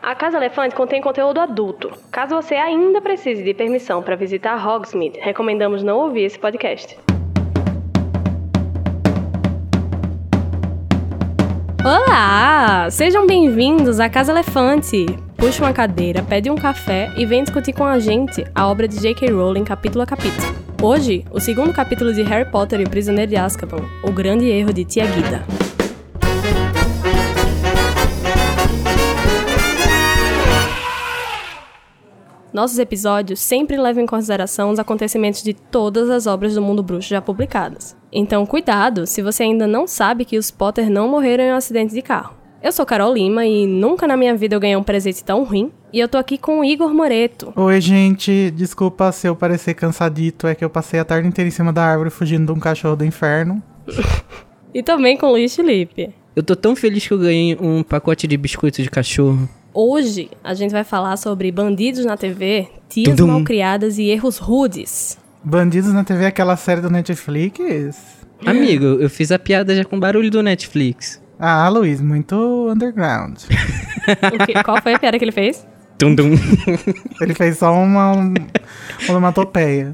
A Casa Elefante contém conteúdo adulto. Caso você ainda precise de permissão para visitar Hogsmeade, recomendamos não ouvir esse podcast. Olá! Sejam bem-vindos à Casa Elefante. Puxa uma cadeira, pede um café e vem discutir com a gente a obra de J.K. Rowling capítulo a capítulo. Hoje, o segundo capítulo de Harry Potter e o Prisioneiro de Azkaban, O Grande Erro de Tia Guida. Nossos episódios sempre levam em consideração os acontecimentos de todas as obras do mundo bruxo já publicadas. Então, cuidado se você ainda não sabe que os Potter não morreram em um acidente de carro. Eu sou Carol Lima e nunca na minha vida eu ganhei um presente tão ruim. E eu tô aqui com o Igor Moreto. Oi, gente. Desculpa se eu parecer cansadito, é que eu passei a tarde inteira em cima da árvore fugindo de um cachorro do inferno. E também com o Luiz Felipe. Eu tô tão feliz que eu ganhei um pacote de biscoito de cachorro. Hoje a gente vai falar sobre bandidos na TV, tias malcriadas e erros rudes. Bandidos na TV é aquela série do Netflix? Amigo, eu fiz a piada já com barulho do Netflix. Ah, Luiz, muito underground. Qual foi a piada que ele fez? Tum-dum. Ele fez só uma onomatopeia.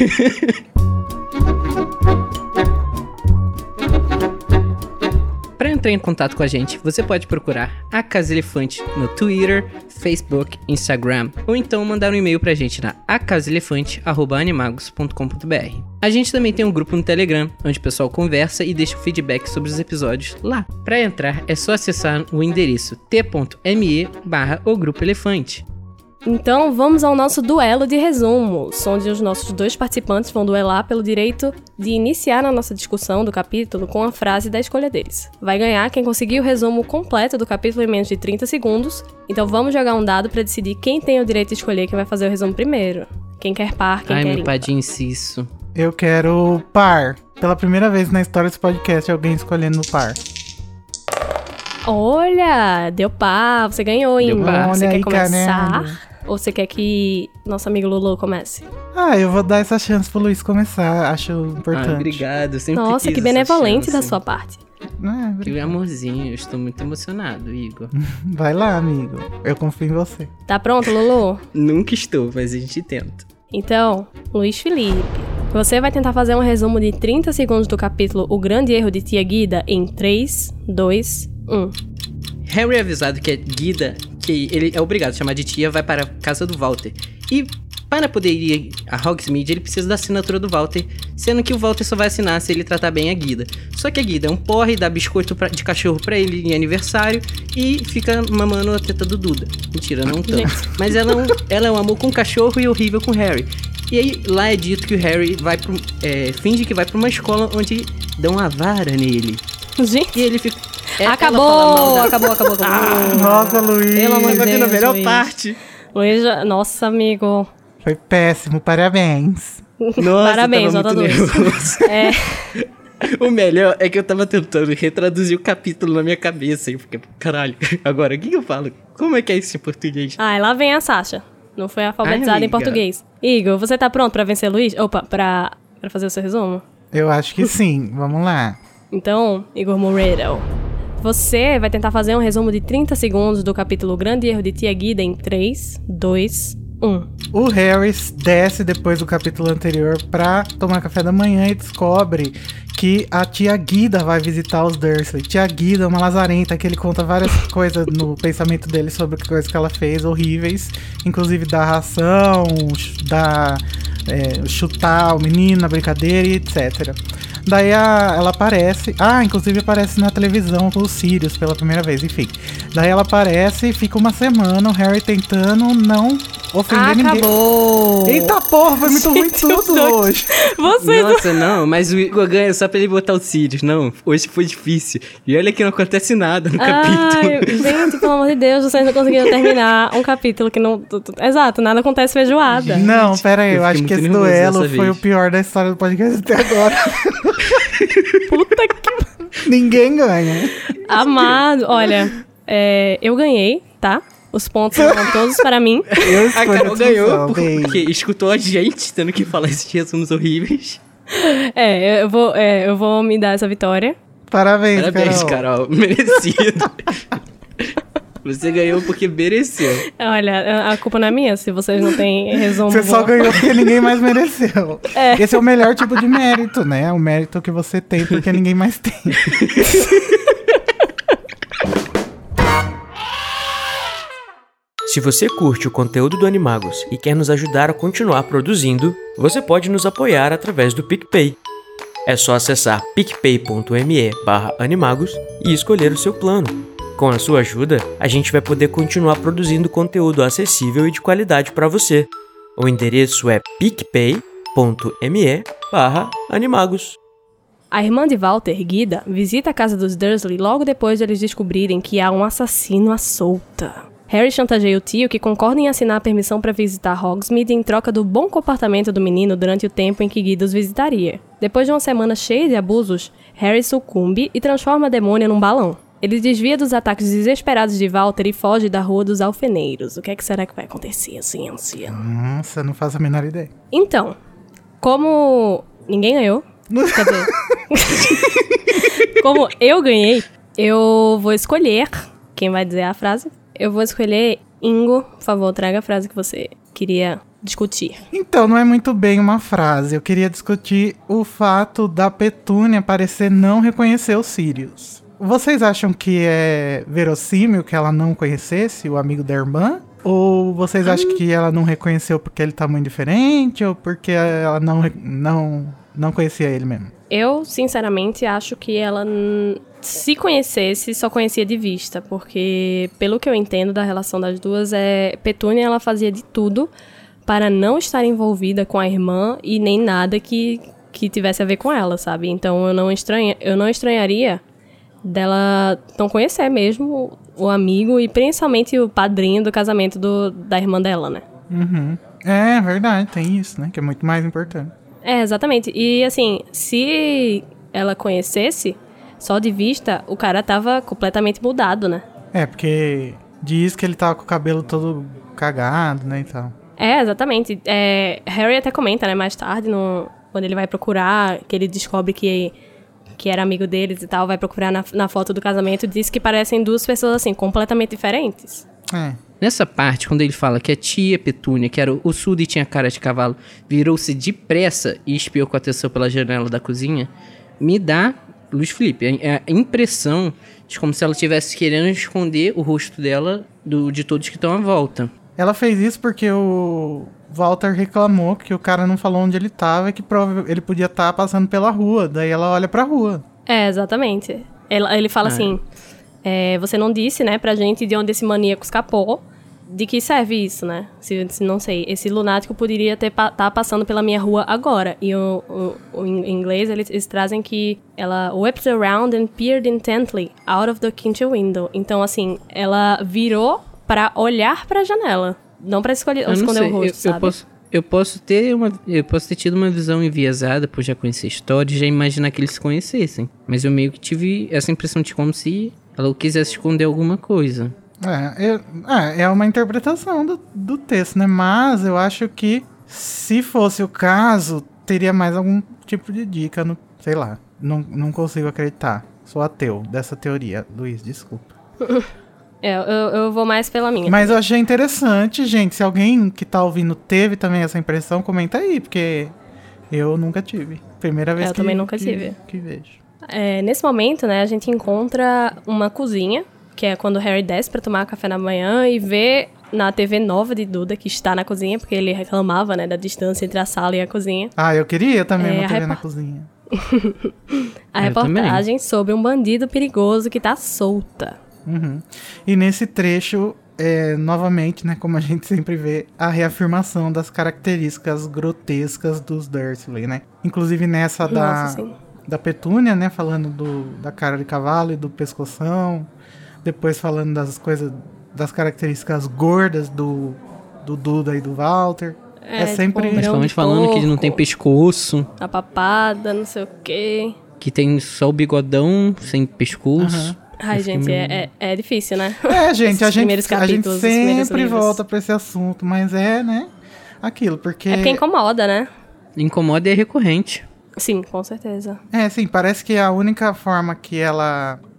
Para entrar em contato com a gente, você pode procurar a Casa Elefante no Twitter, Facebook, Instagram, ou então mandar um e-mail pra gente na acasaelefante@animagos.com.br. A gente também tem um grupo no Telegram, onde o pessoal conversa e deixa o feedback sobre os episódios lá. Para entrar, é só acessar o endereço t.me/ogrupoelefante. Então vamos ao nosso duelo de resumos, onde os nossos dois participantes vão duelar pelo direito de iniciar a nossa discussão do capítulo com a frase da escolha deles. Vai ganhar quem conseguir o resumo completo do capítulo em menos de 30 segundos, então vamos jogar um dado pra decidir quem tem o direito de escolher quem vai fazer o resumo primeiro. Quem quer par, quem quer ímpar. Ai, meu padinho inciso. Eu quero par. Pela primeira vez na história desse podcast, alguém escolhendo par. Olha, deu par, você ganhou, ímpar. Você quer começar? Caramba. Ou você quer que nosso amigo Lulu comece? Ah, eu vou dar essa chance pro Luiz começar, acho importante. Ah, obrigado, sempre Nossa, quis que benevolente da sua parte. Que amorzinho, eu estou muito emocionado, Igor. Vai lá, amigo, eu confio em você. Tá pronto, Lulu? Nunca estou, mas a gente tenta. Então, Luiz Felipe, você vai tentar fazer um resumo de 30 segundos do capítulo O Grande Erro de Tia Guida em 3, 2, 1. Harry é avisado que a Guida, que ele é obrigado a chamar de tia, vai para a casa do Walter. E para poder ir a Hogsmeade, ele precisa da assinatura do Walter, sendo que o Walter só vai assinar se ele tratar bem a Guida. Só que a Guida é um porre, dá biscoito de cachorro pra ele em aniversário e fica mamando a teta do Duda. Mentira, não tanto. Mas ela é um amor com o cachorro e horrível com o Harry. E aí, lá é dito que o Harry vai finge que vai pra uma escola onde dão a vara nele. Gente, e ele fica... Acabou. Nossa, Luiz. Pelo amor de Deus, na melhor Luiz. parte. Luiz, nossa, amigo. Foi péssimo, parabéns. Nossa, parabéns, nota 2. O melhor é que eu tava tentando retraduzir o capítulo na minha cabeça. E eu fiquei, caralho, agora o que eu falo? Como é que é isso em português? Ai, lá vem a Sasha. Não foi alfabetizada em Amiga. português. Igor, você tá pronto pra vencer Luiz? Opa, pra fazer o seu resumo? Eu acho que sim, vamos lá. Então, Igor Moreto, você vai tentar fazer um resumo de 30 segundos do capítulo O Grande Erro de Tia Guida em 3, 2, 1. O Harry desce depois do capítulo anterior pra tomar café da manhã e descobre que a tia Guida vai visitar os Dursley. Tia Guida é uma lazarenta que ele conta várias coisas no pensamento dele sobre coisas que ela fez horríveis, inclusive da ração, chutar o menino na brincadeira e etc. Daí ela aparece, inclusive aparece na televisão com os Sirius pela primeira vez, enfim. Daí ela aparece e fica uma semana o Harry tentando não ofender ninguém. Acabou! Eita porra, foi muito ruim tudo hoje. Nossa, não, mas o Igor ganha só pra ele botar o Sirius. Não, hoje foi difícil. E olha que não acontece nada no capítulo. Gente, pelo amor de Deus, vocês não conseguiram terminar um capítulo que não... Exato, nada acontece feijoada. Não, pera aí, eu acho que esse duelo foi o vez. pior da história do podcast até agora. Puta que... Ninguém ganha. Amado, olha, eu ganhei, tá? Os pontos são todos para mim. A Carol ganhou porque escutou a gente tendo que falar esses resumos horríveis. Eu vou me dar essa vitória. Parabéns, Carol. Merecido. Você ganhou porque mereceu. Olha, a culpa não é minha se vocês não têm resumo Você só bom. ganhou porque ninguém mais mereceu. Esse é o melhor tipo de mérito, né? O mérito que você tem porque ninguém mais tem. Se você curte o conteúdo do Animagos e quer nos ajudar a continuar produzindo, você pode nos apoiar através do PicPay. É só acessar picpay.me/animagos e escolher o seu plano. Com a sua ajuda, a gente vai poder continuar produzindo conteúdo acessível e de qualidade para você. O endereço é picpay.me/animagos. A irmã de Walter, Guida, visita a casa dos Dursley logo depois de eles descobrirem que há um assassino à solta. Harry chantageia o tio que concorda em assinar a permissão para visitar Hogsmeade em troca do bom comportamento do menino durante o tempo em que Guida os visitaria. Depois de uma semana cheia de abusos, Harry sucumbe e transforma a demônia num balão. Ele desvia dos ataques desesperados de Walter e foge da Rua dos Alfeneiros. O que é que será que vai acontecer, ciência? Nossa, não faço a menor ideia. Então, como ninguém ganhou, quer dizer, como eu ganhei, eu vou escolher, quem vai dizer a frase? Eu vou escolher Ingo. Por favor, traga a frase que você queria discutir. Então, não é muito bem uma frase. Eu queria discutir o fato da Petúnia parecer não reconhecer o Sirius. Vocês acham que é verossímil que ela não conhecesse o amigo da irmã? Ou vocês acham que ela não reconheceu porque ele tá muito diferente? Ou porque ela não conhecia ele mesmo? Eu, sinceramente, acho que ela, se conhecesse, só conhecia de vista. Porque, pelo que eu entendo da relação das duas, Petúnia, ela fazia de tudo para não estar envolvida com a irmã e nem nada que tivesse a ver com ela, sabe? Então, eu não estranharia dela não conhecer mesmo o amigo e principalmente o padrinho do casamento da irmã dela, né? Uhum. É verdade, tem isso, né? Que é muito mais importante. É, exatamente. E, assim, se ela conhecesse, só de vista, o cara tava completamente mudado, né? É, porque diz que ele tava com o cabelo todo cagado, né, e tal. É, exatamente. Harry até comenta, né, mais tarde, quando ele vai procurar, que ele descobre que era amigo deles e tal, vai procurar na foto do casamento, diz que parecem duas pessoas, assim, completamente diferentes. É. Nessa parte, quando ele fala que a tia Petúnia, que era o surdo e tinha cara de cavalo, virou-se depressa e espiou com atenção pela janela da cozinha, me dá, Luiz Felipe, a impressão de como se ela estivesse querendo esconder o rosto dela de todos que estão à volta. Ela fez isso porque o Walter reclamou que o cara não falou onde ele tava e que ele podia estar passando pela rua. Daí ela olha pra rua. É, exatamente. Ele fala assim, você não disse, né, pra gente de onde esse maníaco escapou, de que serve isso, né? Se não sei, esse lunático poderia tá passando pela minha rua agora. E em inglês eles trazem que ela whipped around and peered intently out of the kitchen window. Então, assim, ela virou pra olhar pra janela, não pra esconder o rosto, sabe? Eu posso ter tido uma visão enviesada por já conhecer a história e já imaginar que eles se conhecessem. Mas eu meio que tive essa impressão de como se ela quisesse esconder alguma coisa. É uma interpretação do texto, né? Mas eu acho que, se fosse o caso, teria mais algum tipo de dica, sei lá. Não consigo acreditar. Sou ateu dessa teoria. Luiz, desculpa. Eu vou mais pela minha. Mas eu achei interessante, gente. Se alguém que tá ouvindo teve também essa impressão, comenta aí, porque eu nunca tive. Primeira vez eu também nunca tive. Que vejo. Nesse momento, né, a gente encontra uma cozinha, que é quando o Harry desce pra tomar café na manhã e vê na TV nova de Duda, que está na cozinha, porque ele reclamava, né, da distância entre a sala e a cozinha. Ah, eu queria também uma TV na cozinha. A reportagem sobre um bandido perigoso que tá solta. Uhum. E nesse trecho, novamente, né, como a gente sempre vê, a reafirmação das características grotescas dos Dursley, né? Inclusive nessa da Petúnia, né, falando da cara de cavalo e do pescoção. Depois falando das coisas, das características gordas do Duda e do Walter. Sempre... Principalmente falando que ele não tem pescoço. A papada, não sei o quê. Que tem só o bigodão, sem pescoço. Uhum. Ai, gente, é difícil, né? Gente, a gente capítulos, sempre volta pra esse assunto, mas né? Aquilo, porque... É porque incomoda, né? Incomoda e é recorrente. Sim, com certeza. Sim, parece que a única forma que ela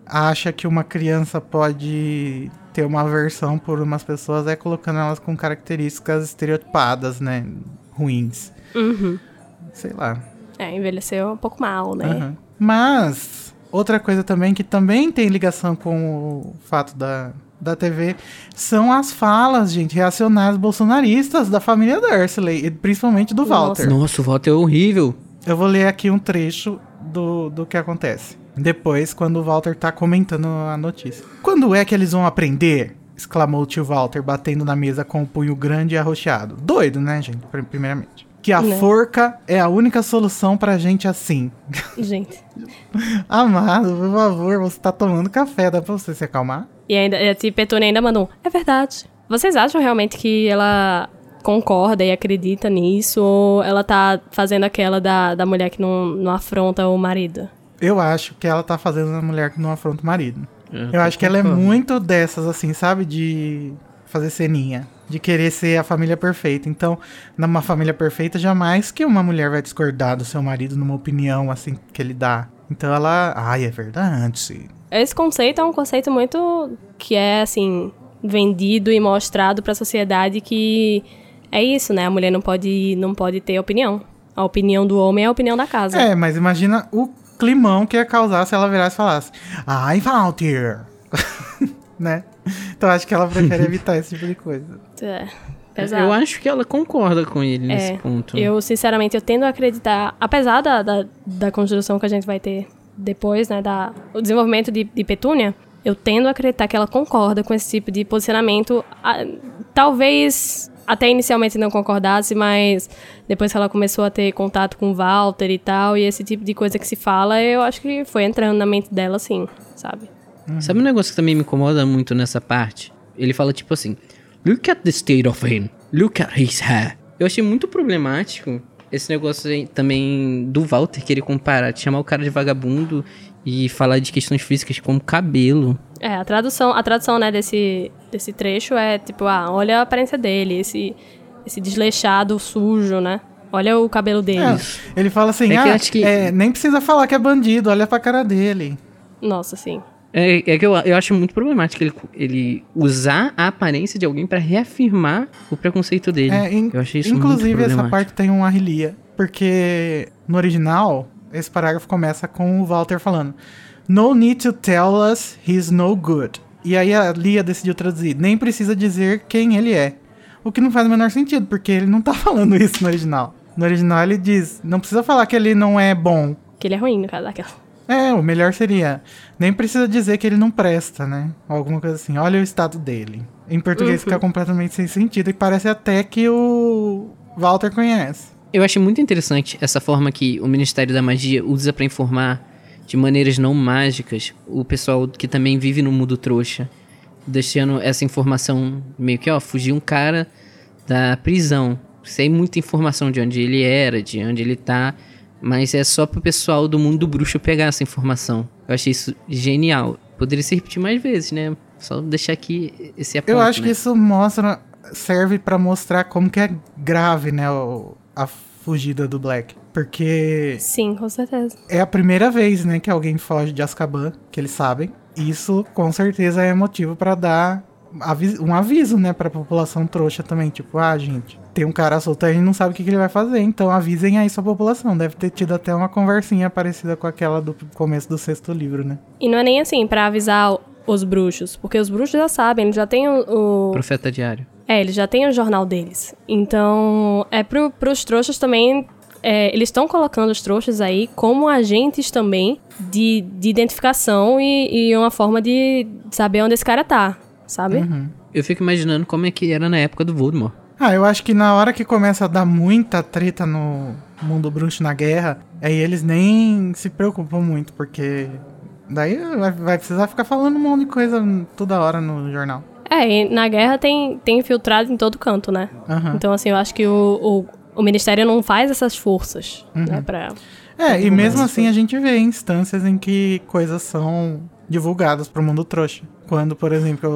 acha que uma criança pode ter uma aversão por umas pessoas é colocando elas com características estereotipadas, né? Ruins. Sei lá. Envelheceu um pouco mal, né? Uhum. Mas, outra coisa também que também tem ligação com o fato da TV são as falas, gente, reacionárias bolsonaristas da família Dursley, e principalmente do Walter. Nossa, o Walter é horrível. Eu vou ler aqui um trecho do que acontece. Depois, quando o Walter tá comentando a notícia. Quando é que eles vão aprender? Exclamou o tio Walter, batendo na mesa com o punho grande e arroxeado. Doido, né, gente? Primeiramente. Que a forca é a única solução pra gente assim. Gente. Amado, por favor, você tá tomando café, dá pra você se acalmar? E ainda, a tia Petúnia ainda mandou, é verdade. Vocês acham realmente que ela concorda e acredita nisso? Ou ela tá fazendo aquela da mulher que não afronta o marido? Eu acho que ela tá fazendo a mulher que não afronta o marido. Eu acho que ela é muito dessas, assim, sabe? De fazer ceninha. De querer ser a família perfeita. Então, numa família perfeita, jamais que uma mulher vai discordar do seu marido numa opinião, assim, que ele dá. Então ela... Ai, é verdade. Esse conceito é um conceito muito... que é, assim, vendido e mostrado pra sociedade que... é isso, né? A mulher não pode ter opinião. A opinião do homem é a opinião da casa. É, mas imagina o climão que ia causar se ela virasse e falasse: ai, Walter! Né? Então acho que ela prefere evitar esse tipo de coisa. É, pesado. Eu acho que ela concorda com ele nesse ponto. Eu, sinceramente, eu tendo a acreditar, apesar da construção que a gente vai ter depois, né, o desenvolvimento de Petúnia, eu tendo a acreditar que ela concorda com esse tipo de posicionamento. Talvez até inicialmente não concordasse, mas depois que ela começou a ter contato com o Walter e tal, e esse tipo de coisa que se fala, eu acho que foi entrando na mente dela, sim, sabe? Sabe um negócio que também me incomoda muito nessa parte? Ele fala tipo assim: look at the state of him, look at his hair. Eu achei muito problemático esse negócio aí, também do Walter, que ele compara, chamar o cara de vagabundo e falar de questões físicas como cabelo. A tradução, né, desse trecho é tipo, olha a aparência dele, esse desleixado sujo, né? Olha o cabelo dele. Ele fala assim, nem precisa falar que é bandido, olha pra cara dele. Nossa, sim. É que eu acho muito problemático ele usar a aparência de alguém pra reafirmar o preconceito dele. Eu achei isso muito problemático. Inclusive, essa parte tem uma arrelia, porque no original, esse parágrafo começa com o Walter falando: no need to tell us he's no good. E aí a Lia decidiu traduzir: nem precisa dizer quem ele é. O que não faz o menor sentido, porque ele não tá falando isso no original. No original ele diz: não precisa falar que ele não é bom. Que ele é ruim, no caso daquela. O melhor seria: nem precisa dizer que ele não presta, né? Alguma coisa assim. Olha o estado dele. Em português fica completamente sem sentido e parece até que o Walter conhece. Eu achei muito interessante essa forma que o Ministério da Magia usa pra informar de maneiras não mágicas o pessoal que também vive no mundo trouxa, deixando essa informação meio que, fugiu um cara da prisão, sem muita informação de onde ele era, de onde ele tá, mas é só pro pessoal do mundo do bruxo pegar essa informação. Eu achei isso genial. Poderia se repetir mais vezes, né? Só deixar aqui esse aponto. Eu acho que isso serve pra mostrar como que é grave, né, a fugida do Black. Porque... sim, com certeza. É a primeira vez, né, que alguém foge de Azkaban, que eles sabem. Isso, com certeza, é motivo pra dar um aviso, né, pra população trouxa também. Tipo, gente, tem um cara solto aí, a gente não sabe o que ele vai fazer, então avisem aí sua população. Deve ter tido até uma conversinha parecida com aquela do começo do 6º livro, né? E não é nem assim, pra avisar os bruxos, porque os bruxos já sabem, eles já têm o... Profeta Diário. Eles já têm o jornal deles. Então, pros trouxas também... eles estão colocando os trouxas aí como agentes também de identificação e uma forma de saber onde esse cara tá, sabe? Uhum. Eu fico imaginando como é que era na época do Voldemort. Eu acho que na hora que começa a dar muita treta no mundo bruxo na guerra, aí eles nem se preocupam muito, porque daí vai precisar ficar falando um monte de coisa toda hora no jornal. E na guerra tem infiltrado em todo canto, né? Uhum. Então, assim, eu acho que o Ministério não faz essas forças, né, pra... E mesmo assim a gente vê instâncias em que coisas são divulgadas pro mundo trouxa. Quando, por exemplo,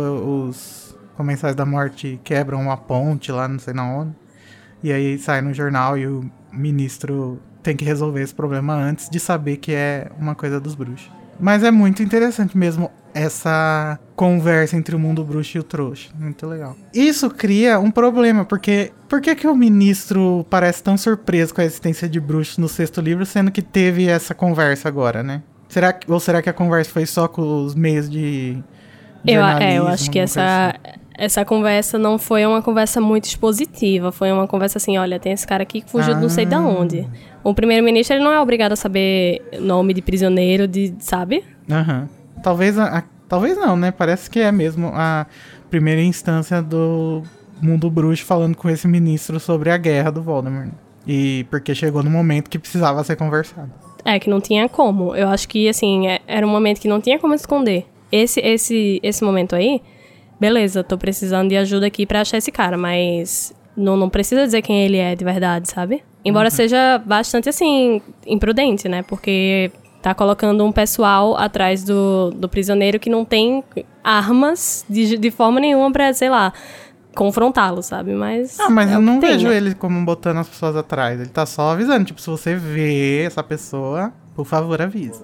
os Comensais da Morte quebram uma ponte lá, não sei na onde, e aí sai no jornal e o ministro tem que resolver esse problema antes de saber que é uma coisa dos bruxos. Mas é muito interessante mesmo essa conversa entre o mundo bruxo e o trouxa. Muito legal. Isso cria um problema, porque por que o ministro parece tão surpreso com a existência de bruxos no 6º livro, sendo que teve essa conversa agora, né? Será que a conversa foi só com os meios de jornalismo? Eu acho que essa conversa não foi uma conversa muito expositiva. Foi uma conversa assim, olha, tem esse cara aqui que fugiu de não sei de onde. O primeiro-ministro, ele não é obrigado a saber nome de prisioneiro, sabe? Aham. Talvez não, né? Parece que é mesmo a primeira instância do mundo bruxo falando com esse ministro sobre a guerra do Voldemort. E porque chegou no momento que precisava ser conversado. É, que não tinha como. Eu acho que, assim, era um momento que não tinha como esconder. Esse momento aí, beleza, tô precisando de ajuda aqui pra achar esse cara, mas não precisa dizer quem ele é de verdade, sabe? Embora seja bastante, assim, imprudente, né? Porque tá colocando um pessoal atrás do prisioneiro que não tem armas de forma nenhuma pra, sei lá, confrontá-lo, sabe? Mas eu não vejo né? ele como botando as pessoas atrás. Ele tá só avisando, tipo, se você vê essa pessoa, por favor, avise.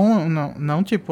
Não tipo,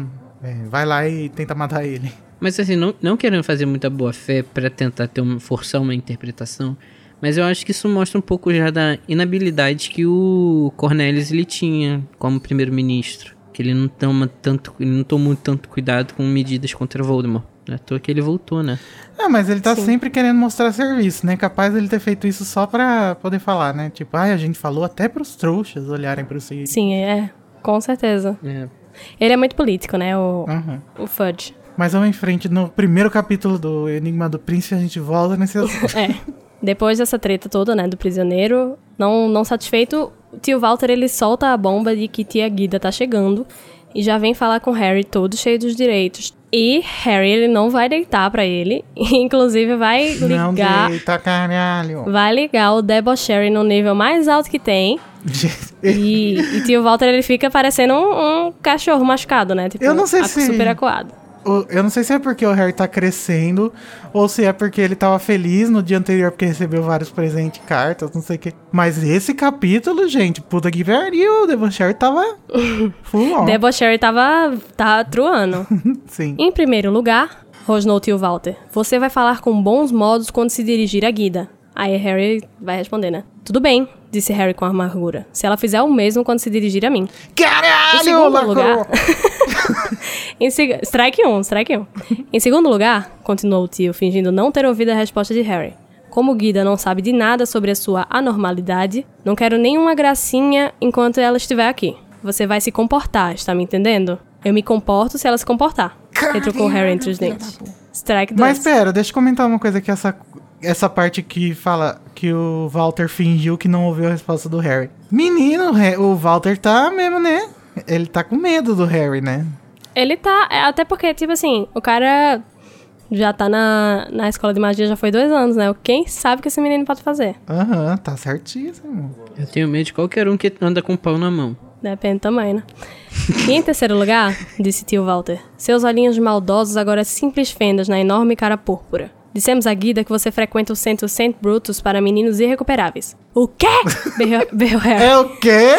vai lá e tenta matar ele. Mas assim, não querendo fazer muita boa fé pra tentar forçar uma interpretação, mas eu acho que isso mostra um pouco já da inabilidade que o Cornelius ele tinha como primeiro-ministro. Que ele não tomou tanto cuidado com medidas contra Voldemort. Não é à toa que ele voltou, né? Mas ele tá sempre querendo mostrar serviço, né? Capaz ele ter feito isso só pra poder falar, né? Tipo, a gente falou até pros trouxas olharem pro si. Sim, com certeza. Ele é muito político, né? O Fudge. Mas vamos em frente. No primeiro capítulo do Enigma do Príncipe, a gente volta nesse assunto. Depois dessa treta toda, né, do prisioneiro, não satisfeito, o tio Walter, ele solta a bomba de que tia Guida tá chegando e já vem falar com Harry todo cheio dos direitos. E Harry, ele não vai deitar pra ele, inclusive vai ligar... Não deita, caralho! Vai ligar o Debochery no nível mais alto que tem. e tio Walter, ele fica parecendo um cachorro machucado, né? Tipo, eu não sei se... super acuado. Eu não sei se é porque o Harry tá crescendo ou se é porque ele tava feliz no dia anterior porque recebeu vários presentes, cartas, não sei o que. Mas esse capítulo, gente, puta que pariu, o Debochery tava full on. Debochery tava truando. Sim. Em primeiro lugar, rosnou tio Walter, você vai falar com bons modos quando se dirigir a Guida. Aí Harry vai responder, né? Tudo bem, disse Harry com amargura. Se ela fizer o mesmo quando se dirigir a mim. Caralho! Em segundo lugar... Strike 1. Em segundo lugar, continuou o tio, fingindo não ter ouvido a resposta de Harry. Como Guida não sabe de nada sobre a sua anormalidade, não quero nenhuma gracinha enquanto ela estiver aqui. Você vai se comportar, está me entendendo? Eu me comporto se ela se comportar. Retrucou Harry entre os dentes. Strike 2. Mas pera, deixa eu comentar uma coisa que essa parte que fala que o Walter fingiu que não ouviu a resposta do Harry. Menino, o Walter tá mesmo, né? Ele tá com medo do Harry, né? Ele tá, até porque, tipo assim, o cara já tá na escola de magia já foi 2 anos, né? Quem sabe o que esse menino pode fazer? Tá certíssimo. Eu tenho medo de qualquer um que anda com pau na mão. Depende do tamanho, né? E em terceiro lugar, disse tio Walter, seus olhinhos maldosos agora simples fendas na enorme cara púrpura. Dissemos a Guida que você frequenta o centro St. Brutus para meninos irrecuperáveis. O quê? Berrou Harry. É o quê?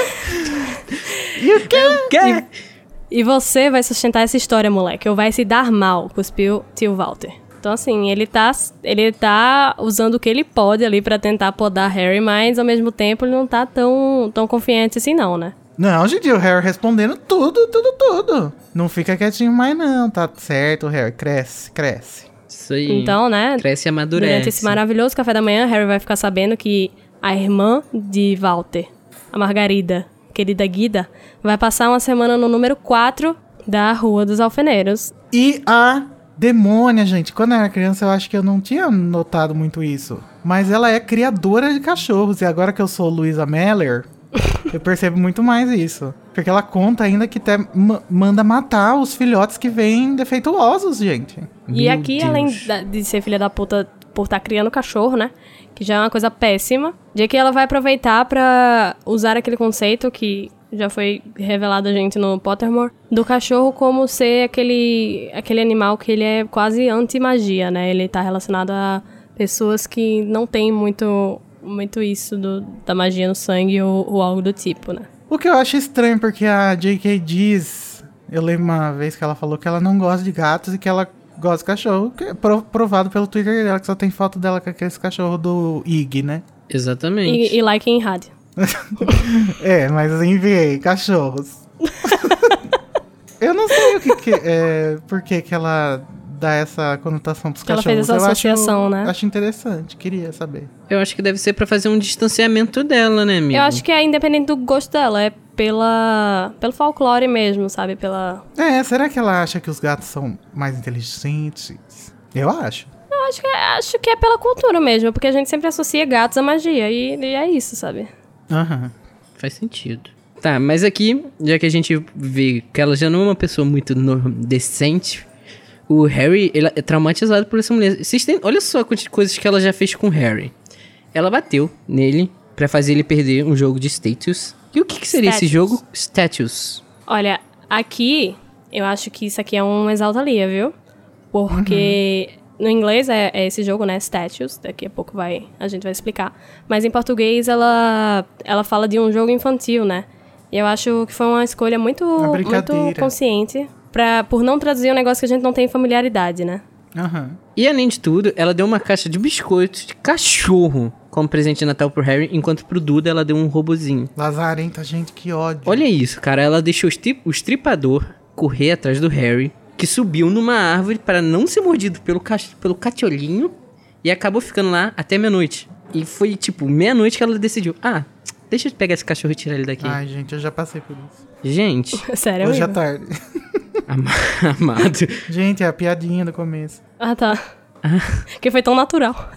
E o quê? E você vai sustentar essa história, moleque. Ou vai se dar mal, cuspiu tio Walter. Então, assim, ele tá usando o que ele pode ali pra tentar podar Harry, mas, ao mesmo tempo, ele não tá tão confiante assim, não, né? Não, gente, o Harry respondendo tudo. Não fica quietinho mais, não. Tá certo, Harry. Cresce. Isso aí. Então, né? Cresce e amadurece. Durante esse maravilhoso café da manhã, Harry vai ficar sabendo que a irmã de Walter, a Margarida, querida Guida, vai passar uma semana no número 4 da Rua dos Alfeneiros. E a demônia, gente. Quando eu era criança, eu acho que eu não tinha notado muito isso. Mas ela é criadora de cachorros. E agora que eu sou Luisa Meller, eu percebo muito mais isso. Porque ela conta ainda que até manda matar os filhotes que vêm defeituosos, gente. E Meu aqui, Deus. além de ser filha da puta por estar criando cachorro, né? Que já é uma coisa péssima. De que ela vai aproveitar pra usar aquele conceito que já foi revelado a gente no Pottermore, do cachorro como ser aquele animal que ele é quase anti-magia, né? Ele tá relacionado a pessoas que não têm muito isso da magia no sangue ou algo do tipo, né? O que eu acho estranho, porque a J.K. diz Eu lembro uma vez que ela falou que ela não gosta de gatos e que ela gosta de cachorro, que é provado pelo Twitter dela, que só tem foto dela com aquele cachorro do Ig, né? Exatamente. E like em rádio. Mas enviei cachorros. Eu não sei o que por que ela dá essa conotação pros Que ela cachorros. fez essa associação, né? Acho interessante, queria saber. Eu acho que deve ser pra fazer um distanciamento dela, né, amigo? Eu acho que é independente do gosto dela, é pelo folclore mesmo, sabe? Será que ela acha que os gatos são mais inteligentes? Eu acho. Eu acho que é pela cultura mesmo, porque a gente sempre associa gatos à magia, e é isso, sabe? Aham. Faz sentido. Tá, mas aqui, já que a gente vê que ela já não é uma pessoa muito decente, o Harry, ele é traumatizado por essa mulher. Olha só quantas coisas que ela já fez com o Harry. Ela bateu nele pra fazer ele perder um jogo de status. E o que seria esse jogo? Status. Olha, aqui, eu acho que isso aqui é um exalta-lia, viu? Porque no inglês é esse jogo, né? Status. Daqui a pouco a gente vai explicar. Mas em português ela fala de um jogo infantil, né? E eu acho que foi uma escolha muito consciente por não traduzir um negócio que a gente não tem familiaridade, né? Aham. E além de tudo, ela deu uma caixa de biscoitos de cachorro como presente de Natal pro Harry, enquanto pro Duda ela deu um robozinho. Lazarenta, gente, que ódio. Olha isso, cara. Ela deixou o estripador correr atrás do Harry, que subiu numa árvore para não ser mordido pelo cachorrinho e acabou ficando lá até meia-noite. E foi, tipo, meia-noite que ela decidiu, deixa eu pegar esse cachorro e tirar ele daqui. Ai, gente, eu já passei por isso. Gente. Sério, Hoje à amigo? tarde. Amado. Gente, é a piadinha do começo. Ah, tá. Que foi tão natural.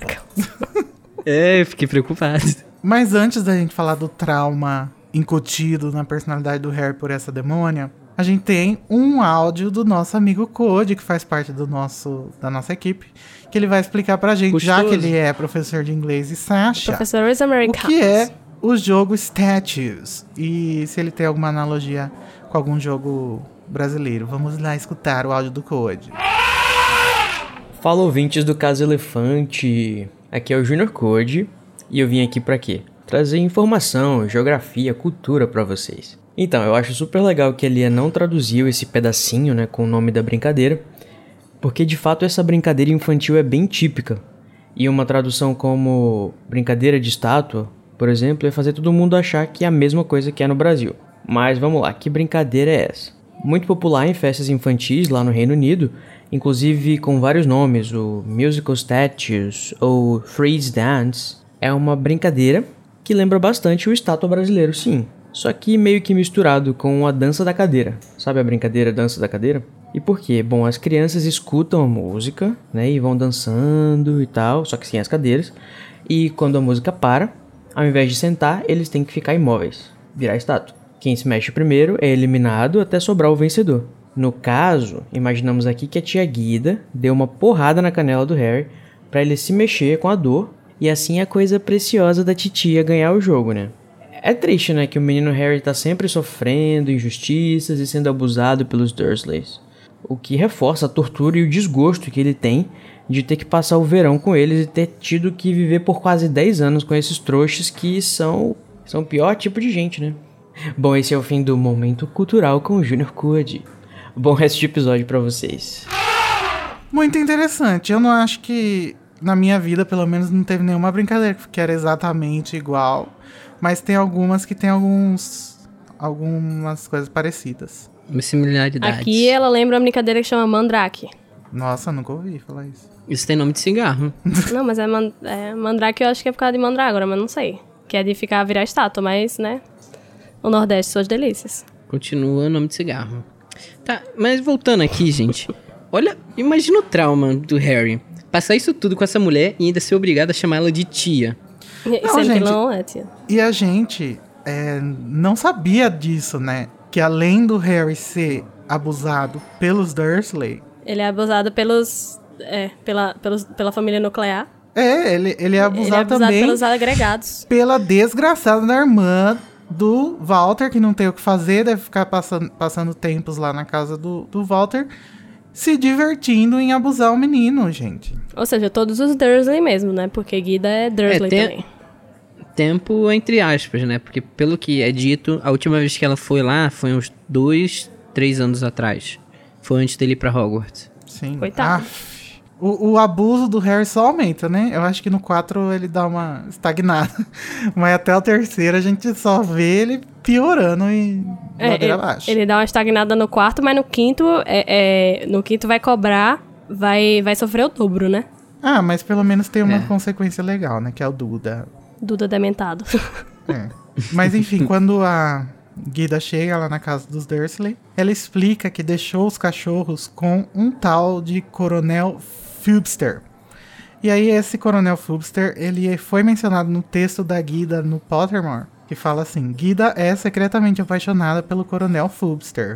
Eu fiquei preocupado. Mas antes da gente falar do trauma incutido na personalidade do Harry por essa demônia, a gente tem um áudio do nosso amigo Code, que faz parte da nossa equipe, que ele vai explicar pra gente, já que ele é professor de inglês e Sasha, Professores o americanos. que é o jogo Status e se ele tem alguma analogia com algum jogo brasileiro. Vamos lá escutar o áudio do Code. Fala, ouvintes do Caso Elefante. Aqui é o Junior Code e eu vim aqui pra quê? Trazer informação, geografia, cultura pra vocês. Então, eu acho super legal que a Lia não traduziu esse pedacinho, né, com o nome da brincadeira, porque de fato essa brincadeira infantil é bem típica. E uma tradução como brincadeira de estátua, por exemplo, é fazer todo mundo achar que é a mesma coisa que é no Brasil. Mas vamos lá, que brincadeira é essa? Muito popular em festas infantis lá no Reino Unido, inclusive com vários nomes, o Musical Statues ou Freeze Dance, é uma brincadeira que lembra bastante o estátua brasileiro, sim. Só que meio que misturado com a dança da cadeira. Sabe a brincadeira dança da cadeira? E por quê? Bom, as crianças escutam a música, né, e vão dançando e tal, só que sem as cadeiras. E quando a música para, ao invés de sentar, eles têm que ficar imóveis, virar estátua. Quem se mexe primeiro é eliminado até sobrar o vencedor. No caso, imaginamos aqui que a tia Guida deu uma porrada na canela do Harry para ele se mexer com a dor e assim a coisa preciosa da titia ganhar o jogo, né? É triste, né, que o menino Harry tá sempre sofrendo injustiças e sendo abusado pelos Dursleys. O que reforça a tortura e o desgosto que ele tem de ter que passar o verão com eles e ter tido que viver por quase 10 anos com esses trouxas que são o pior tipo de gente, né? Bom, esse é o fim do Momento Cultural com o Junior Code. Bom resto de episódio pra vocês. Muito interessante. Eu não acho que na minha vida, pelo menos, não teve nenhuma brincadeira que era exatamente igual. Mas tem algumas que tem algumas coisas parecidas. Uma similaridade. Aqui ela lembra uma brincadeira que chama Mandrake. Nossa, nunca ouvi falar isso. Isso tem nome de cigarro. Não, mas Mandrake eu acho que é por causa de Mandrágora, mas não sei. Que é de virar estátua, mas, né? O Nordeste, suas delícias. Continua o nome de cigarro. Tá, mas voltando aqui, gente. Olha, imagina o trauma do Harry. Passar isso tudo com essa mulher e ainda ser obrigado a chamar ela de tia. Sendo gente, que não é, tia. E a gente não sabia disso, né? Que além do Harry ser abusado pelos Dursley... Ele é abusado pela família nuclear. Ele é abusado também pelos agregados. Pela desgraçada da irmã do Walter, que não tem o que fazer, deve ficar passando tempos lá na casa do Walter, se divertindo em abusar o menino, gente. Ou seja, todos os Dursley mesmo, né? Porque Guida é Dursley também. Tempo entre aspas, né? Porque pelo que é dito, a última vez que ela foi lá foi uns 3 anos atrás. Foi antes dele ir pra Hogwarts. Sim. Coitado. O abuso do Harry só aumenta, né? Eu acho que no 4 ele dá uma estagnada. Mas até o terceiro a gente só vê ele piorando e ladeira abaixo. Ele dá uma estagnada no 4, mas no quinto, no quinto vai cobrar, vai sofrer o dobro, né? Ah, mas pelo menos tem uma consequência legal, né? Que é o Duda. Duda dementado. É. Mas enfim, quando a Guida chega lá na casa dos Dursley, ela explica que deixou os cachorros com um tal de Coronel Fubster. E aí esse Coronel Fubster, ele foi mencionado no texto da Guida no Pottermore, que fala assim: Guida é secretamente apaixonada pelo Coronel Fubster.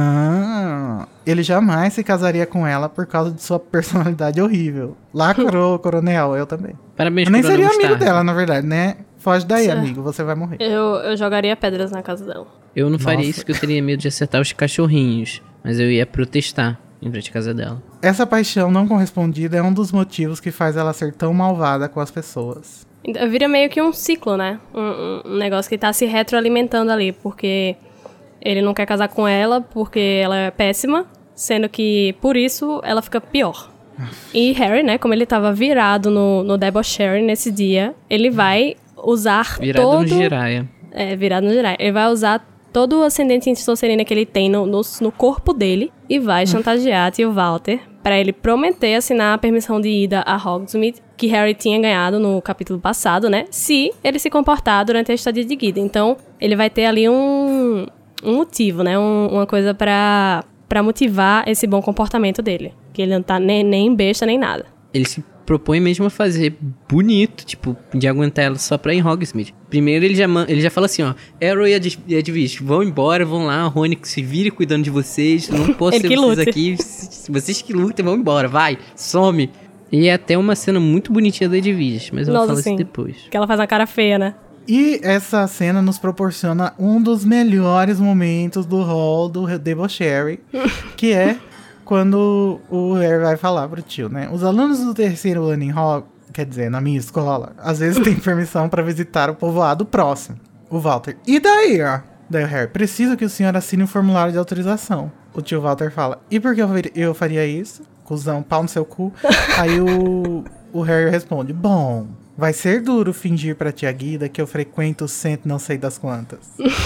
Ele jamais se casaria com ela por causa de sua personalidade horrível. Lacrou, Coronel, eu também. Parabéns, Eu nem Coronel seria amigo Mostarda. dela, na verdade, né? Foge daí, Certo. amigo, você vai morrer. Eu jogaria pedras na casa dela. Eu não faria Nossa. isso porque eu teria medo de acertar os cachorrinhos. Mas eu ia protestar em frente à casa dela. Essa paixão não correspondida é um dos motivos que faz ela ser tão malvada com as pessoas. Então, vira meio que um ciclo, né? Um negócio que tá se retroalimentando ali, porque ele não quer casar com ela porque ela é péssima, sendo que, por isso, ela fica pior. E Harry, né, como ele tava virado no debauchery nesse dia, ele vai usar Virado todo... no Jiraiya. Virado no Jiraiya. Ele vai usar todo o ascendente Sonserina que ele tem no corpo dele e vai chantagear tio Walter pra ele prometer assinar a permissão de ida a Hogsmeade, que Harry tinha ganhado no capítulo passado, né? Se ele se comportar durante a estadia de Guida. Então, ele vai ter ali um motivo, né? Uma coisa pra motivar esse bom comportamento dele. Que ele não tá nem besta, nem nada. Ele se propõe mesmo a fazer bonito, tipo, de aguentar ela só pra ir em Hogsmeade. Primeiro ele já fala assim, ó, Arrow e Edwige, vão embora, vão lá, Rony que se vire cuidando de vocês, não posso Ele ser que vocês lute. aqui, vocês que lutem, vão embora, vai, some. E é até uma cena muito bonitinha da Edwige, mas eu vou Nossa, falar sim. isso depois. Que ela faz uma cara feia, né? E essa cena nos proporciona um dos melhores momentos do hall do debauchery, que é quando o Harry vai falar pro tio, né? Os alunos do terceiro ano em Hogwarts, quer dizer, na minha escola, às vezes tem permissão pra visitar o povoado próximo. O Walter, e daí, ó? Daí o Harry, preciso que o senhor assine um formulário de autorização. O tio Walter fala, e por que eu faria isso? Cusão, pau no seu cu. Aí o Harry responde, bom, vai ser duro fingir pra tia Guida que eu frequento o centro não sei das quantas.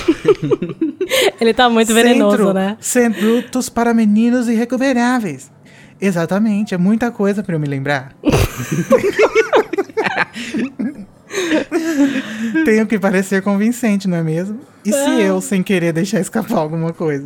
Ele tá muito venenoso, Centro né? sem brutos para meninos irrecuperáveis. Exatamente, é muita coisa pra eu me lembrar. Tenho que parecer convincente, não é mesmo? E se eu, sem querer, deixar escapar alguma coisa?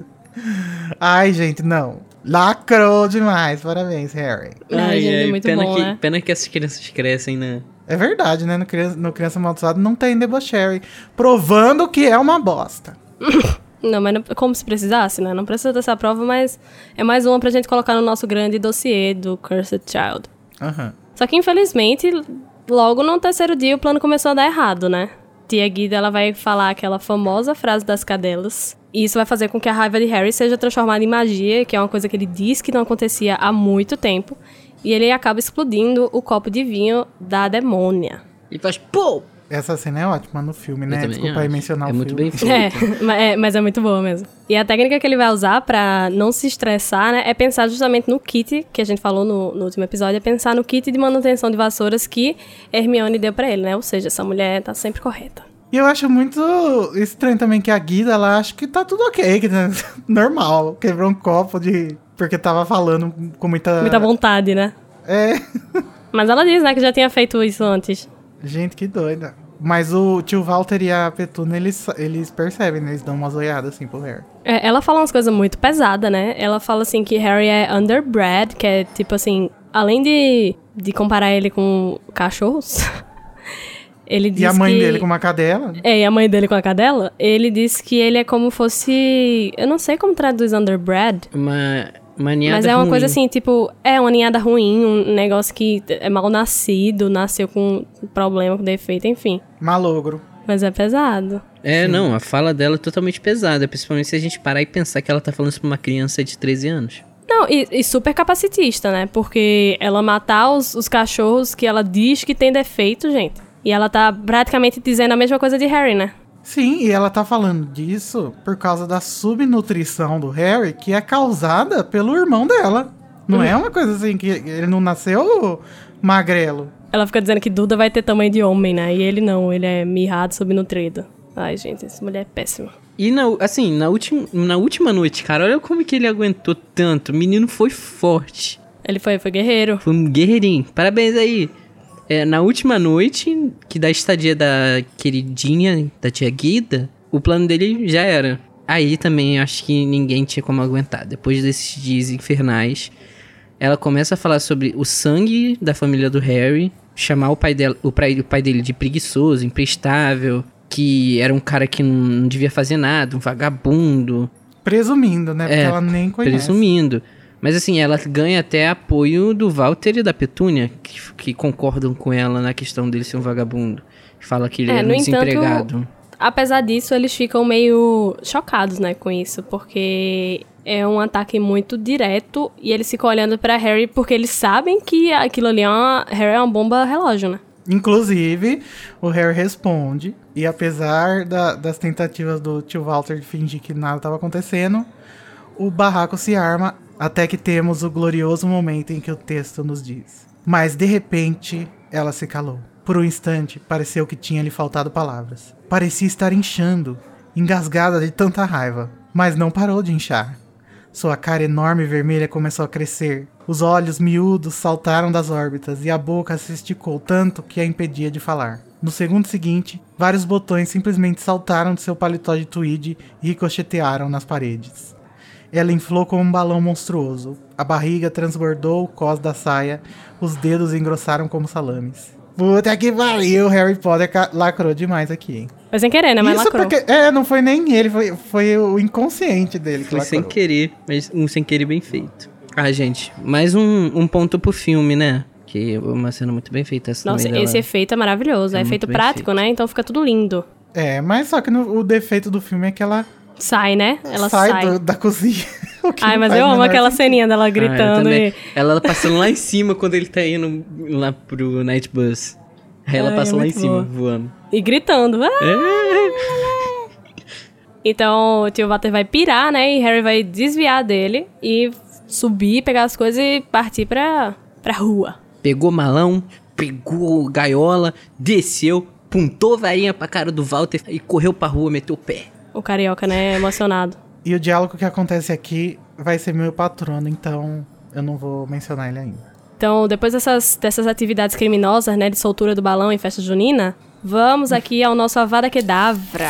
Ai, gente, não. Lacrou demais. Parabéns, Harry. Ai, gente, é muito pena bom, que, né? Pena que essas crianças crescem, né? É verdade, né? No Criança Amaldiçoada não tem debauchery. Provando que é uma bosta. Não, mas não, como se precisasse, né? Não precisa dessa prova, mas é mais uma pra gente colocar no nosso grande dossiê do Cursed Child. Aham. Só que, infelizmente, logo no terceiro dia o plano começou a dar errado, né? Tia Guida, ela vai falar aquela famosa frase das cadelas. E isso vai fazer com que a raiva de Harry seja transformada em magia, que é uma coisa que ele diz que não acontecia há muito tempo. E ele acaba explodindo o copo de vinho da demônia. E faz pô! Essa cena é ótima no filme, Eu né? também Desculpa aí acho. mencionar É o muito filme. bem feito. Mas é muito boa mesmo. E a técnica que ele vai usar pra não se estressar, né, é pensar justamente no kit, que a gente falou no último episódio, é pensar no kit de manutenção de vassouras que Hermione deu pra ele, né? Ou seja, essa mulher tá sempre correta. E eu acho muito estranho também que a Guida, ela acha que tá tudo ok, que tá normal. Quebrou um copo porque tava falando com muita... Muita vontade, né? É. Mas ela diz, né, que já tinha feito isso antes. Gente, que doida. Mas o tio Walter e a Petuna, eles percebem, né? Eles dão umas olhadas assim pro Harry. Ela fala umas coisas muito pesadas, né? Ela fala assim que Harry é underbred, que é tipo assim, além de comparar ele com cachorros, ele diz E a mãe que... dele com uma cadela. E a mãe dele com a cadela, ele disse que ele é como fosse... Eu não sei como traduz underbred, Uma ninhada mas é uma ruim. coisa assim, tipo... É uma ninhada ruim, um negócio que é mal nascido, nasceu com problema, com defeito, enfim. Malogro. Mas é pesado. Não, a fala dela é totalmente pesada, principalmente se a gente parar e pensar que ela tá falando isso pra uma criança de 13 anos. Não, e super capacitista, né? Porque ela matar os cachorros que ela diz que tem defeito, gente. E ela tá praticamente dizendo a mesma coisa de Harry, né? Sim, e ela tá falando disso por causa da subnutrição do Harry, que é causada pelo irmão dela. Não é uma coisa assim que ele não nasceu magrelo. Ela fica dizendo que Duda vai ter tamanho de homem, né? E ele não, ele é mirrado, subnutrido. Ai, gente, essa mulher é péssima. E, na última noite, cara, olha como que ele aguentou tanto. O menino foi forte. Ele foi guerreiro. Foi um guerreirinho. Parabéns aí. Na última noite, que da estadia da queridinha, da tia Guida, o plano dele já era. Aí também acho que ninguém tinha como aguentar. Depois desses dias infernais, ela começa a falar sobre o sangue da família do Harry, chamar o pai dele de preguiçoso, imprestável, que era um cara que não devia fazer nada, um vagabundo. Presumindo, né? Porque ela nem conhece. Presumindo. Mas assim, ela ganha até apoio do Walter e da Petúnia, que concordam com ela na questão dele ser um vagabundo. Fala que ele é um desempregado. Apesar disso, eles ficam meio chocados, né, com isso. Porque é um ataque muito direto e eles ficam olhando pra Harry porque eles sabem que aquilo ali Harry é uma bomba relógio, né? Inclusive, o Harry responde. E apesar das tentativas do tio Walter de fingir que nada estava acontecendo, o barraco se arma até que temos o glorioso momento em que o texto nos diz: mas de repente ela se calou. Por um instante pareceu que tinha lhe faltado palavras. Parecia estar inchando, engasgada de tanta raiva. Mas não parou de inchar. Sua cara enorme e vermelha começou a crescer. Os olhos miúdos saltaram das órbitas e a boca se esticou tanto que a impedia de falar. No segundo seguinte, vários botões simplesmente saltaram de seu paletó de tweed e ricochetearam nas paredes. Ela inflou como um balão monstruoso. A barriga transbordou o cós da saia. Os dedos engrossaram como salames. Puta que pariu, Harry Potter lacrou demais aqui, hein? Foi sem querer, né? Mas isso lacrou. Porque, não foi nem ele, foi o inconsciente dele que foi lacrou. Sem querer, mas um sem querer bem feito. Ah, gente, mais um ponto pro filme, né? Que é uma cena muito bem feita. Essa Nossa, esse efeito é maravilhoso. É efeito prático, né? Então fica tudo lindo. Mas só que o defeito do filme é que ela... Sai, né? Ela sai. Da cozinha. Ai, mas eu amo aquela ceninha dela gritando. Ela passando lá em cima quando ele tá indo lá pro Night Bus. Aí ela passa lá em cima, voando. E gritando. Então o tio Walter vai pirar, né? E Harry vai desviar dele e subir, pegar as coisas e partir pra rua. Pegou malão, pegou gaiola, desceu, puntou varinha pra cara do Walter e correu pra rua, meteu o pé. O carioca, né, emocionado. E o diálogo que acontece aqui vai ser meu patrono, então eu não vou mencionar ele ainda. Então, depois dessas atividades criminosas, né, de soltura do balão em festa junina, vamos aqui ao nosso Avada Kedavra.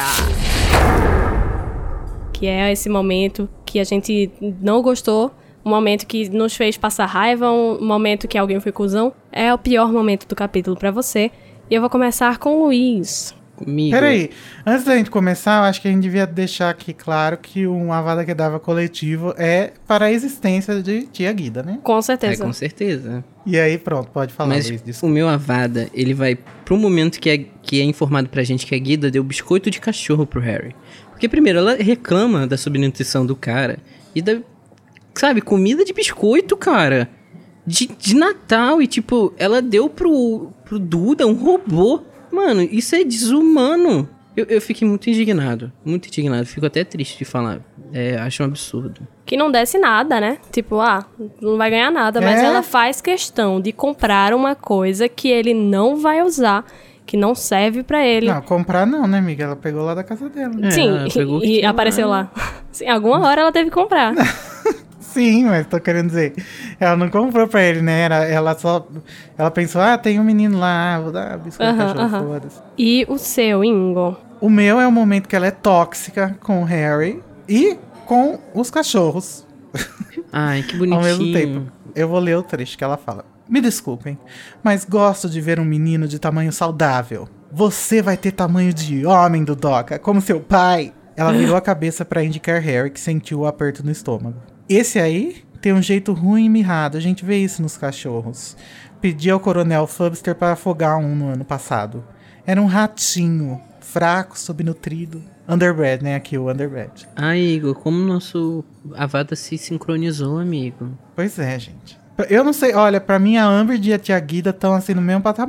Que é esse momento que a gente não gostou, um momento que nos fez passar raiva, um momento que alguém foi cuzão. É o pior momento do capítulo pra você. E eu vou começar com o Luiz. Comigo. Peraí, antes da gente começar, eu acho que a gente devia deixar aqui claro que um Avada Kedavra coletivo é para a existência de tia Guida, né? Com certeza. Com certeza. E aí, pronto, pode falar, Mas Luiz. Desculpa. O meu Avada, ele vai pro momento que é informado pra gente que a Guida deu biscoito de cachorro pro Harry. Porque primeiro, ela reclama da subnutrição do cara e da, sabe, comida de biscoito, cara. De Natal e, tipo, ela deu pro Duda um robô. Mano, isso é desumano. Eu fiquei muito indignado. Fico até triste de falar. Acho um absurdo. Que não desse nada, né? Tipo, não vai ganhar nada. Mas ela faz questão de comprar uma coisa que ele não vai usar, que não serve pra ele. Não, comprar não, né, amiga? Ela pegou lá da casa dela. Sim, e apareceu lá. Sim, alguma hora ela teve que comprar. Sim, mas tô querendo dizer, ela não comprou pra ele, né? Ela pensou, tem um menino lá, vou dar biscoito cachorro, foda-se. E o seu, Ingo? O meu é o momento que ela é tóxica com o Harry e com os cachorros. Ai, que bonitinho. Ao mesmo tempo, eu vou ler o trecho que ela fala. Me desculpem, mas gosto de ver um menino de tamanho saudável. Você vai ter tamanho de homem, Dudoca, como seu pai. Ela virou a cabeça pra indicar Harry, que sentiu o aperto no estômago. Esse aí tem um jeito ruim e mirrado, a gente vê isso nos cachorros. Pedi ao Coronel Fubster para afogar um no ano passado. Era um ratinho, fraco, subnutrido. Underbred, né? Aqui o Underbred. Igor, como nosso Avada se sincronizou, amigo. Pois é, gente. Eu não sei, olha, pra mim a Amber e a tia Guida estão assim no mesmo patamar.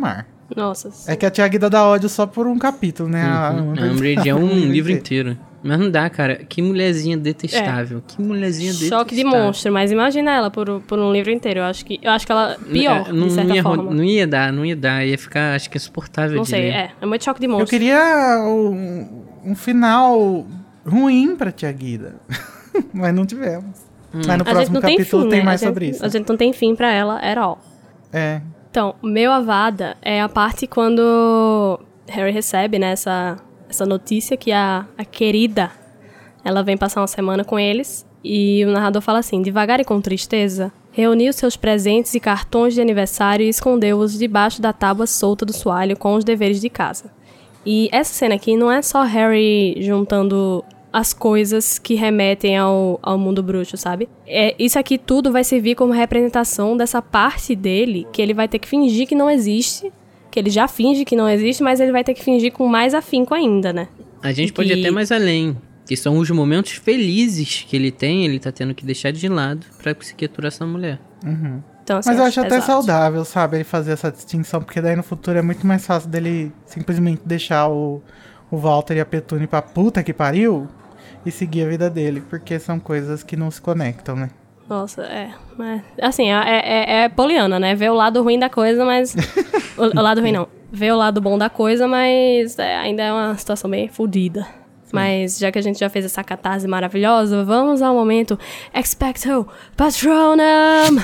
Nossa. É que a tia Guida dá ódio só por um capítulo, né? A Umbridge é um livro inteiro. Mas não dá, cara. Que mulherzinha detestável. Que mulherzinha detestável. Choque de monstro, mas imagina ela por um livro inteiro. Eu acho que ela pior, de certa forma. Não ia dar. Ia ficar, acho que, insuportável Não de sei, ler. é muito choque de monstro. Eu queria um final ruim pra tia Guida. Mas não tivemos. Mas no próximo capítulo fim, tem né? mais sobre isso. A gente não tem fim pra ela, at all. É. Então, meu Avada é a parte quando Harry recebe, né, essa notícia que a querida, ela vem passar uma semana com eles. E o narrador fala assim: devagar e com tristeza, reuniu seus presentes e cartões de aniversário e escondeu-os debaixo da tábua solta do soalho com os deveres de casa. E essa cena aqui não é só Harry juntando as coisas que remetem ao mundo bruxo, sabe? Isso aqui tudo vai servir como representação dessa parte dele que ele vai ter que fingir que não existe, que ele já finge que não existe, mas ele vai ter que fingir com mais afinco ainda, né? A gente pode ir até mais além, que são os momentos felizes que ele tá tendo que deixar de lado pra conseguir aturar essa mulher. Uhum. Então, assim, Mas eu acho até exato. saudável, sabe? Ele fazer essa distinção, porque daí no futuro é muito mais fácil dele simplesmente deixar o Walter e a Petúnia pra puta que pariu e seguir a vida dele, porque são coisas que não se conectam, né? Nossa, assim, é poliana, né? Vê o lado ruim da coisa, mas... o lado ruim não. Vê o lado bom da coisa, mas ainda é uma situação bem fodida. Mas já que a gente já fez essa catarse maravilhosa, vamos ao momento Expecto Patronum!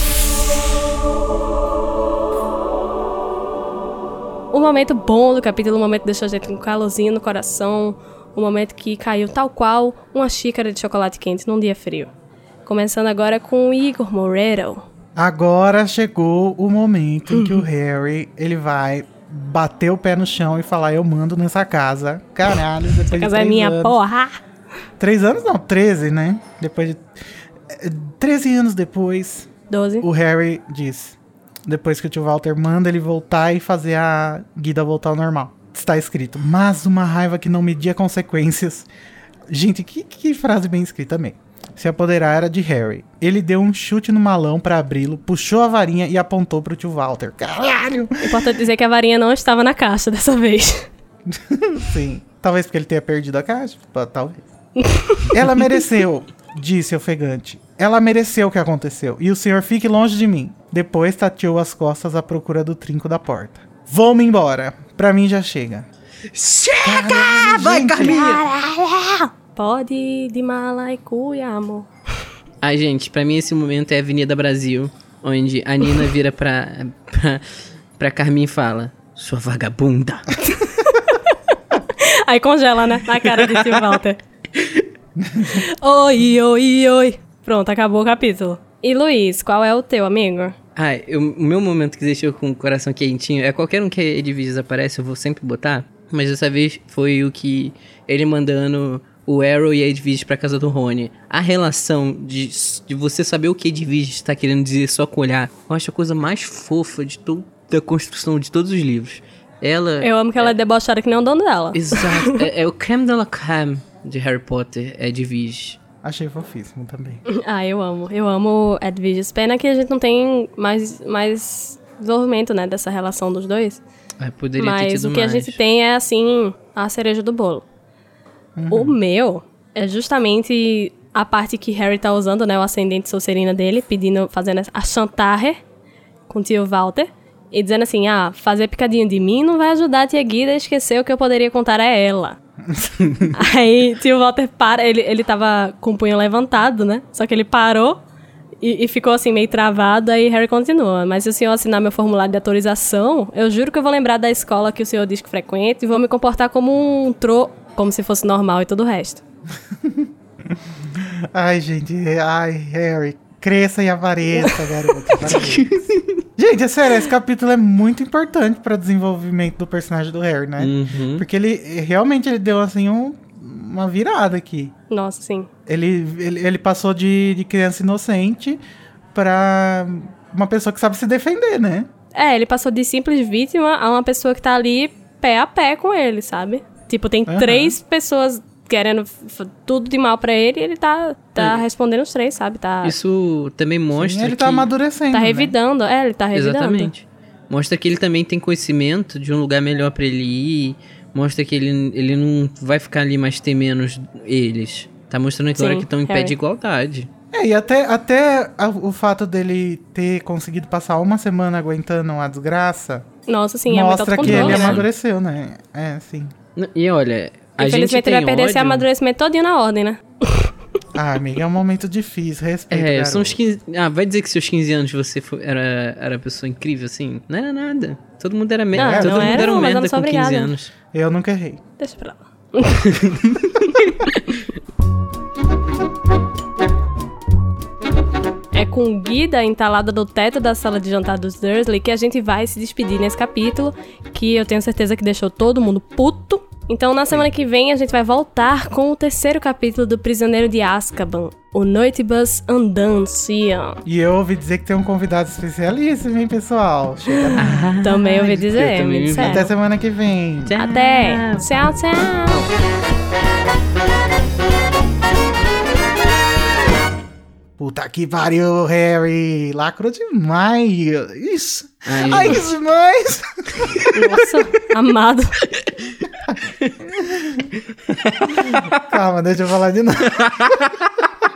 O momento bom do capítulo, o momento que deixou a gente com um calorzinho no coração, o momento que caiu tal qual uma xícara de chocolate quente num dia frio. Começando agora com o Igor Moreiro. Agora chegou o momento em que o Harry, ele vai bater o pé no chão e falar: eu mando nessa casa. Caralho, depois de 3 Casa é minha, anos. porra! 3 anos não, 13, né? Depois de 13 anos depois, 12. o Harry diz, depois que o tio Walter manda ele voltar e fazer a Guida voltar ao normal. Está escrito: mas uma raiva que não media consequências. Gente, que frase bem escrita também. Se apoderara de Harry. Ele deu um chute no malão pra abri-lo, puxou a varinha e apontou pro tio Walter. Caralho! Importante dizer que a varinha não estava na caixa dessa vez. Sim. Talvez porque ele tenha perdido a caixa. Talvez. Ela mereceu, disse ofegante. Ela mereceu o que aconteceu. E o senhor fique longe de mim. Depois tateou as costas à procura do trinco da porta. Vou-me embora. Pra mim já chega. Chega! Caralho, Vai, gente. Carminha! Pode ir de mala e cuia, amor. Ai, gente, pra mim esse momento é Avenida Brasil, onde a Nina vira pra Carmin e fala: sua vagabunda. Aí congela, né? Na cara de tio Walter. Oi, oi, oi. Pronto, acabou o capítulo. E Luiz, qual é o teu, amigo? Ai, o meu momento que deixou com o coração quentinho é qualquer um que a Edwige aparece, eu vou sempre botar. Mas dessa vez foi o que ele mandando o Arrow e a Edwige pra casa do Rony. A relação de você saber o que a Edwige está querendo dizer só com olhar, eu acho a coisa mais fofa de toda a construção de todos os livros. Eu amo que ela é debochada que nem o dono dela. Exato. é o creme de la creme de Harry Potter, é Edwige. Achei fofíssimo também. Eu amo Edwige. Pena que a gente não tem mais desenvolvimento, né, dessa relação dos dois. Poderia ter Mas tido o que mais. a gente tem é, assim, a cereja do bolo. O meu é justamente a parte que Harry tá usando, né, o ascendente Sonserina dele, fazendo a chantarre com o tio Walter, e dizendo assim: fazer picadinho de mim não vai ajudar a tia Guida a esquecer o que eu poderia contar a ela. Aí tio Walter para, ele tava com o punho levantado, né, só que ele parou e ficou assim meio travado. Aí Harry continua: mas se o senhor assinar meu formulário de autorização, eu juro que eu vou lembrar da escola que o senhor diz que frequenta e vou me comportar como como se fosse normal e todo o resto. Ai, gente. Ai, Harry. Cresça e apareça, garoto. Gente, é sério, esse capítulo é muito importante para o desenvolvimento do personagem do Harry, né? Uhum. Porque ele realmente deu, assim, uma virada aqui. Nossa, sim. Ele passou de criança inocente pra uma pessoa que sabe se defender, né? Ele passou de simples vítima a uma pessoa que tá ali pé a pé com ele, sabe? Tipo, tem 3 pessoas querendo tudo de mal pra ele e ele tá respondendo os 3, sabe? Isso também mostra Sim, ele tá amadurecendo, tá né? revidando, ele tá revidando. Exatamente. Mostra que ele também tem conhecimento de um lugar melhor pra ele ir. Mostra que ele não vai ficar ali mais temendo eles. Tá mostrando agora que estão em pé de igualdade. E até o fato dele ter conseguido passar uma semana aguentando a desgraça... Nossa, sim, mostra é muito que ele autocontrole, né? amadureceu, né? É, sim. E olha, a gente Infelizmente tem ele vai perder esse ódio... amadurecimento todinho na ordem, né? Ah, amiga, é um momento difícil, respeito, são os 15... Ah, vai dizer que seus 15 anos você era pessoa incrível, assim? Não era nada. Todo mundo era merda. Todo mundo era um merda com 15 anos. Eu nunca errei. Deixa pra lá. É com Guida entalada no teto da sala de jantar dos Dursley que a gente vai se despedir nesse capítulo, que eu tenho certeza que deixou todo mundo puto. Então, na semana que vem, a gente vai voltar com o terceiro capítulo do Prisioneiro de Azkaban, o Noitibus Andancia. E eu ouvi dizer que tem um convidado especialíssimo, hein, pessoal? Chega lá. Também ouvi dizer, também me ouvi. disseram. Até semana que vem. Tchau. Até! Tchau, tchau! Puta que pariu, Harry. Lacrou demais. Isso. Ai, Ai, que demais. Nossa, amado. Calma, deixa eu falar de novo.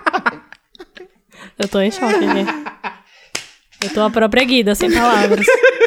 Eu tô em choque aqui. Eu tô a própria Guida, sem palavras.